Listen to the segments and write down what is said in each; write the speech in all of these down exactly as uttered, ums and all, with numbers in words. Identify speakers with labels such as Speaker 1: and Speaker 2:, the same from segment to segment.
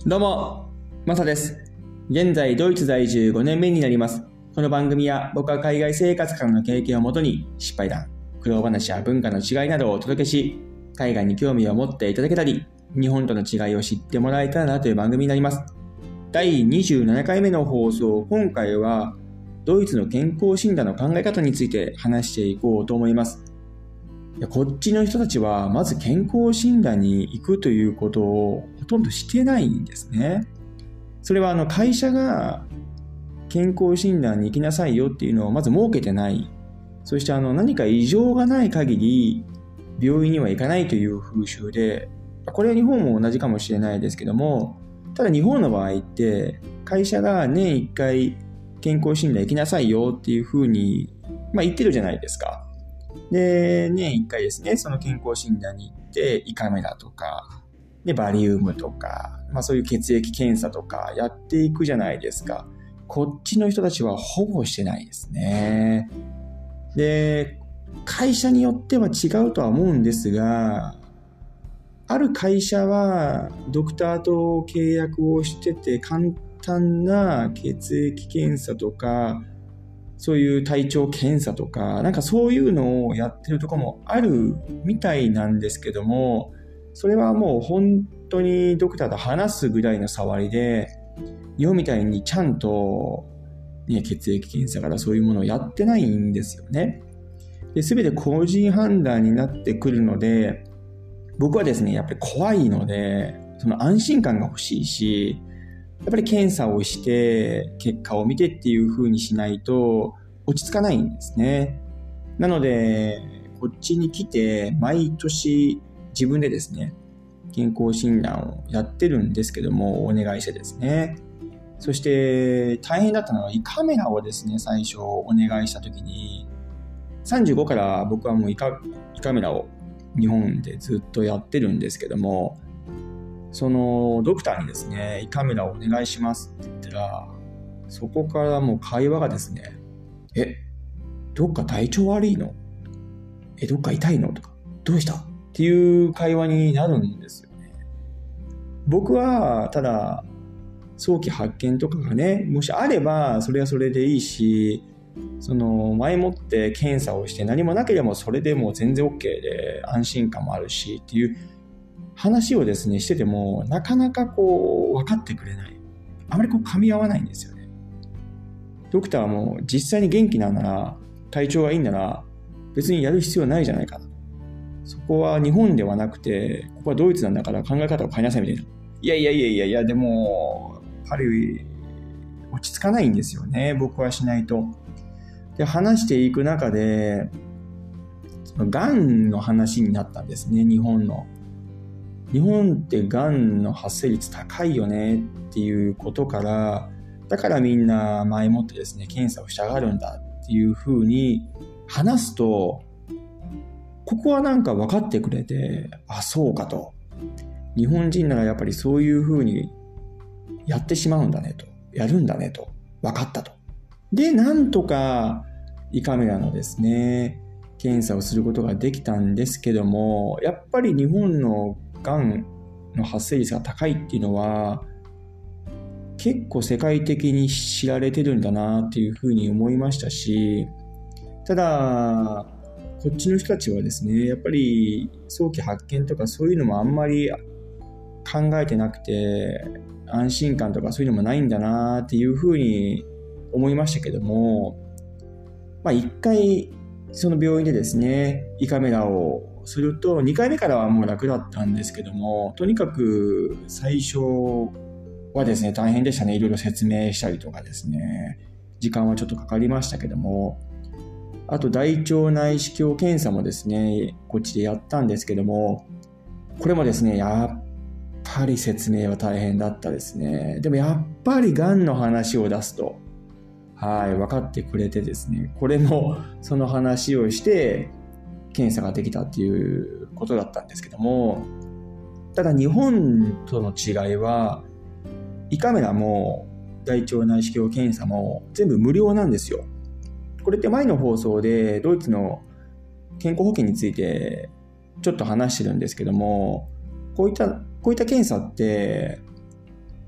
Speaker 1: どうも、マサです。現在ドイツ在住ごねんめになります。この番組は僕は海外生活からの経験をもとに失敗談、苦労話や文化の違いなどをお届けし、海外に興味を持っていただけたり、日本との違いを知ってもらえたらなという番組になります。だいにじゅうななかいめの放送、今回はドイツの健康診断の考え方について話していこうと思います。いやこっちの人たちはまず健康診断に行くということをほとんどしてないんですね。それはあの会社が健康診断に行きなさいよっていうのをまず設けてない。そしてあの何か異常がない限り病院には行かないという風習で、これは日本も同じかもしれないですけども、ただ日本の場合って会社が年いっかい健康診断行きなさいよっていう風に、まあ、言ってるじゃないですか。で、年いっかいですね、その健康診断に行って、胃カメラとか、で、バリウムとか、まあそういう血液検査とかやっていくじゃないですか。こっちの人たちはほぼしてないですね。で、会社によっては違うとは思うんですが、ある会社はドクターと契約をしてて、簡単な血液検査とか、そういう体調検査とか、なんかそういうのをやってるところもあるみたいなんですけども、それはもう本当にドクターと話すぐらいの触りで、日本みたいにちゃんと、ね、血液検査からそういうものをやってないんですよね。で、全て個人判断になってくるので、僕はですね、やっぱり怖いので、その安心感が欲しいし、やっぱり検査をして結果を見てっていう風にしないと落ち着かないんですね。なのでこっちに来て毎年自分でですね健康診断をやってるんですけども、お願いしてですね。そして大変だったのは胃カメラをですね最初お願いした時に、さんじゅうごから僕はもう胃カ、胃カメラを日本でずっとやってるんですけども、そのドクターにですね胃カメラをお願いしますって言ったら、そこからもう会話がですね、えどっか体調悪いの、えどっか痛いのとか、どうしたっていう会話になるんですよね。僕はただ早期発見とかがねもしあればそれはそれでいいし、その前もって検査をして何もなければそれでもう全然 OK で安心感もあるしっていう話をですねしてても、なかなかこう分かってくれない、あまりこう噛み合わないんですよね。ドクターはもう実際に元気なんなら、体調がいいんなら別にやる必要ないじゃないかな、そこは日本ではなくてここはドイツなんだから考え方を変えなさいみたいな。いやいやいやいやいや、でもやっぱり落ち着かないんですよね、僕はしないと。で話していく中でそのがんの話になったんですね。日本の日本ってがんの発生率高いよねっていうことから、だからみんな前もってですね検査をしたがるんだっていうふうに話すと、ここはなんか分かってくれて、あそうかと、日本人ならやっぱりそういうふうにやってしまうんだねと、やるんだねと、分かったと。でなんとか胃カメラのですね検査をすることができたんですけども、やっぱり日本のがんの発生率が高いっていうのは結構世界的に知られてるんだなっていうふうに思いましたし、ただこっちの人たちはですねやっぱり早期発見とかそういうのもあんまり考えてなくて、安心感とかそういうのもないんだなっていうふうに思いましたけども、まあ一回その病院でですね胃カメラをするとにかいめからはもう楽だったんですけども、とにかく最初はですね大変でしたね。いろいろ説明したりとかですね、時間はちょっとかかりましたけども、あと大腸内視鏡検査もですねこっちでやったんですけども、これもですねやっぱり説明は大変だったですね。でもやっぱりがんの話を出すとはい分かってくれてですね、これもその話をして検査ができたっていうことだったんですけども、ただ日本との違いは胃カメラも大腸内視鏡検査も全部無料なんですよ。これって前の放送でドイツの健康保険についてちょっと話してるんですけども、こういったこういった検査って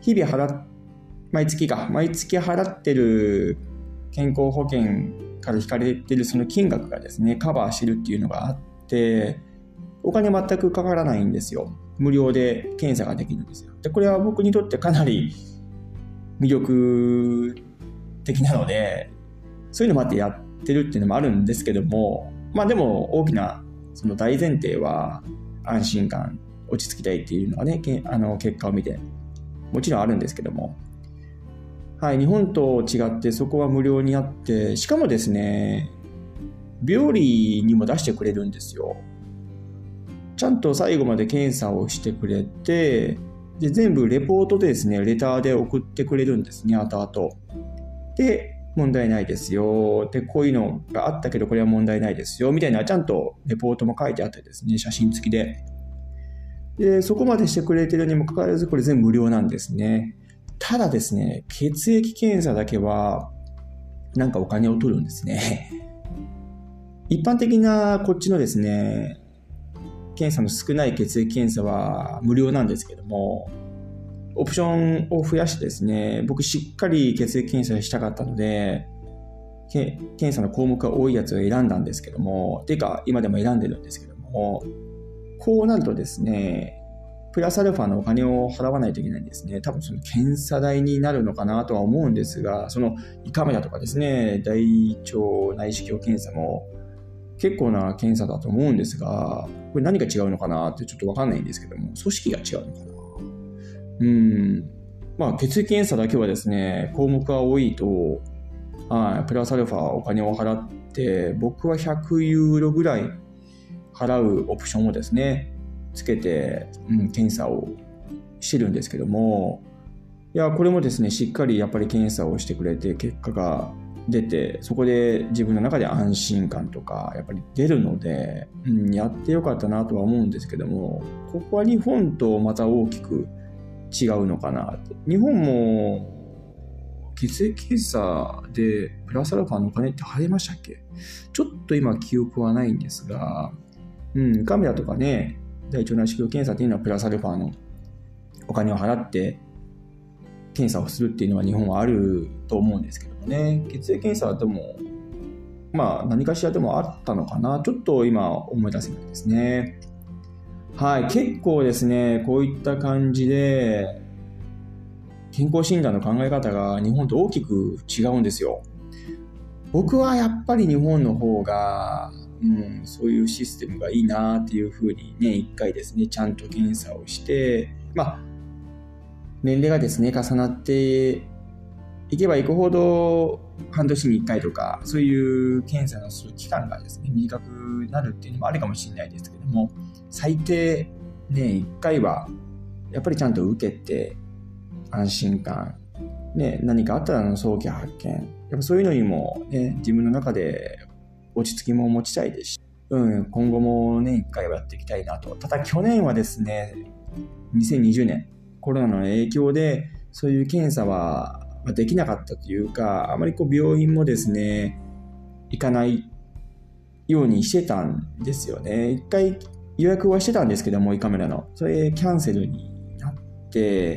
Speaker 1: 日々払っ、毎月か、毎月払ってる健康保険から引かれてるその金額がですね、カバーしてるっていうのがあって、お金全くかからないんですよ。無料で検査ができるんですよ。で、これは僕にとってかなり魅力的なので、そういうのもあってやってるっていうのもあるんですけども、まあでも大きなその大前提は安心感、落ち着きたいっていうのがね、あの結果を見てもちろんあるんですけども、はい、日本と違ってそこは無料にあって、しかもですね、病理にも出してくれるんですよ。ちゃんと最後まで検査をしてくれて、で全部レポートでですね、レターで送ってくれるんですね、後々。で、問題ないですよ。で、こういうのがあったけど、これは問題ないですよ。みたいな、ちゃんとレポートも書いてあってですね、写真付きで。で、そこまでしてくれてるにもかかわらず、これ全部無料なんですね。ただですね、血液検査だけは、なんかお金を取るんですね。一般的なこっちのですね、検査の少ない血液検査は無料なんですけども、オプションを増やしてですね、僕しっかり血液検査したかったので、検査の項目が多いやつを選んだんですけども、ていうか今でも選んでるんですけども、こうなるとですね、プラスアルファのお金を払わないといけないんですね。多分その検査代になるのかなとは思うんですが、その胃カメラとかですね、大腸内視鏡検査も結構な検査だと思うんですが、これ何が違うのかなってちょっと分かんないんですけども、組織が違うのかな。うん。まあ血液検査だけはですね、項目が多いと、はい、プラスアルファお金を払って、僕はひゃくユーロぐらい払うオプションをですね、つけて、うん、検査をしてるんですけども、いや、これもですね、しっかりやっぱり検査をしてくれて、結果が出て、そこで自分の中で安心感とかやっぱり出るので、うん、やってよかったなとは思うんですけども、ここは日本とまた大きく違うのかなって。日本も血液検査でプラスアルファのお金って払いましたっけ？ちょっと今記憶はないんですが、うん、カメラとかね、大腸内視鏡検査っていうのはプラスアルファのお金を払って検査をするっていうのは日本はあると思うんですけどもね、血液検査でもまあ何かしらでもあったのかな、ちょっと今思い出せないですね。はい、結構ですね、こういった感じで健康診断の考え方が日本と大きく違うんですよ。僕はやっぱり日本の方が、うん、そういうシステムがいいなっていうふうに年いっかいですね、ちゃんと検査をして、まあ年齢がですね、重なっていけばいくほど半年にいっかいとか、そういう検査のする期間がですね、短くなるっていうのもあるかもしれないですけども、最低年いっかいはやっぱりちゃんと受けて、安心感、ね、何かあったらの早期発見、やっぱそういうのにも、ね、自分の中で落ち着きも持ちたいですし、うん、今後も年いっかいはやっていきたいなと。ただ去年はですね、にせんにじゅうねん、コロナの影響でそういう検査はできなかったというか、あまりこう病院もですね、行かないようにしてたんですよね。一回予約はしてたんですけども、胃カメラの。それキャンセルになって、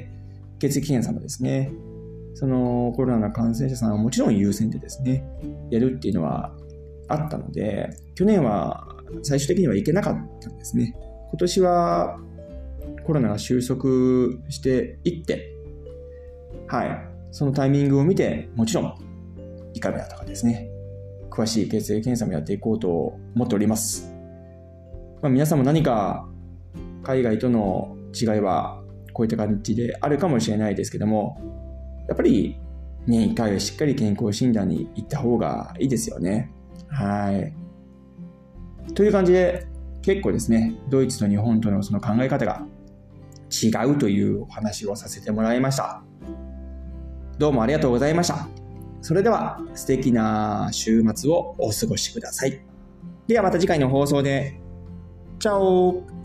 Speaker 1: 血液検査もですね、そのコロナの感染者さんはもちろん優先でですね、やるっていうのはあったので、去年は最終的には行けなかったんですね。今年はコロナが収束していって、はい、そのタイミングを見て、もちろん胃カメラとかですね、詳しい血液検査もやっていこうと思っております。まあ、皆さんも何か海外との違いはこういった感じであるかもしれないですけども、やっぱり年いっかいはしっかり健康診断に行った方がいいですよね。はい。という感じで、結構ですね、ドイツと日本とのその考え方が違うというお話をさせてもらいました。どうもありがとうございました。それでは素敵な週末をお過ごしください。ではまた次回の放送で。チャオ。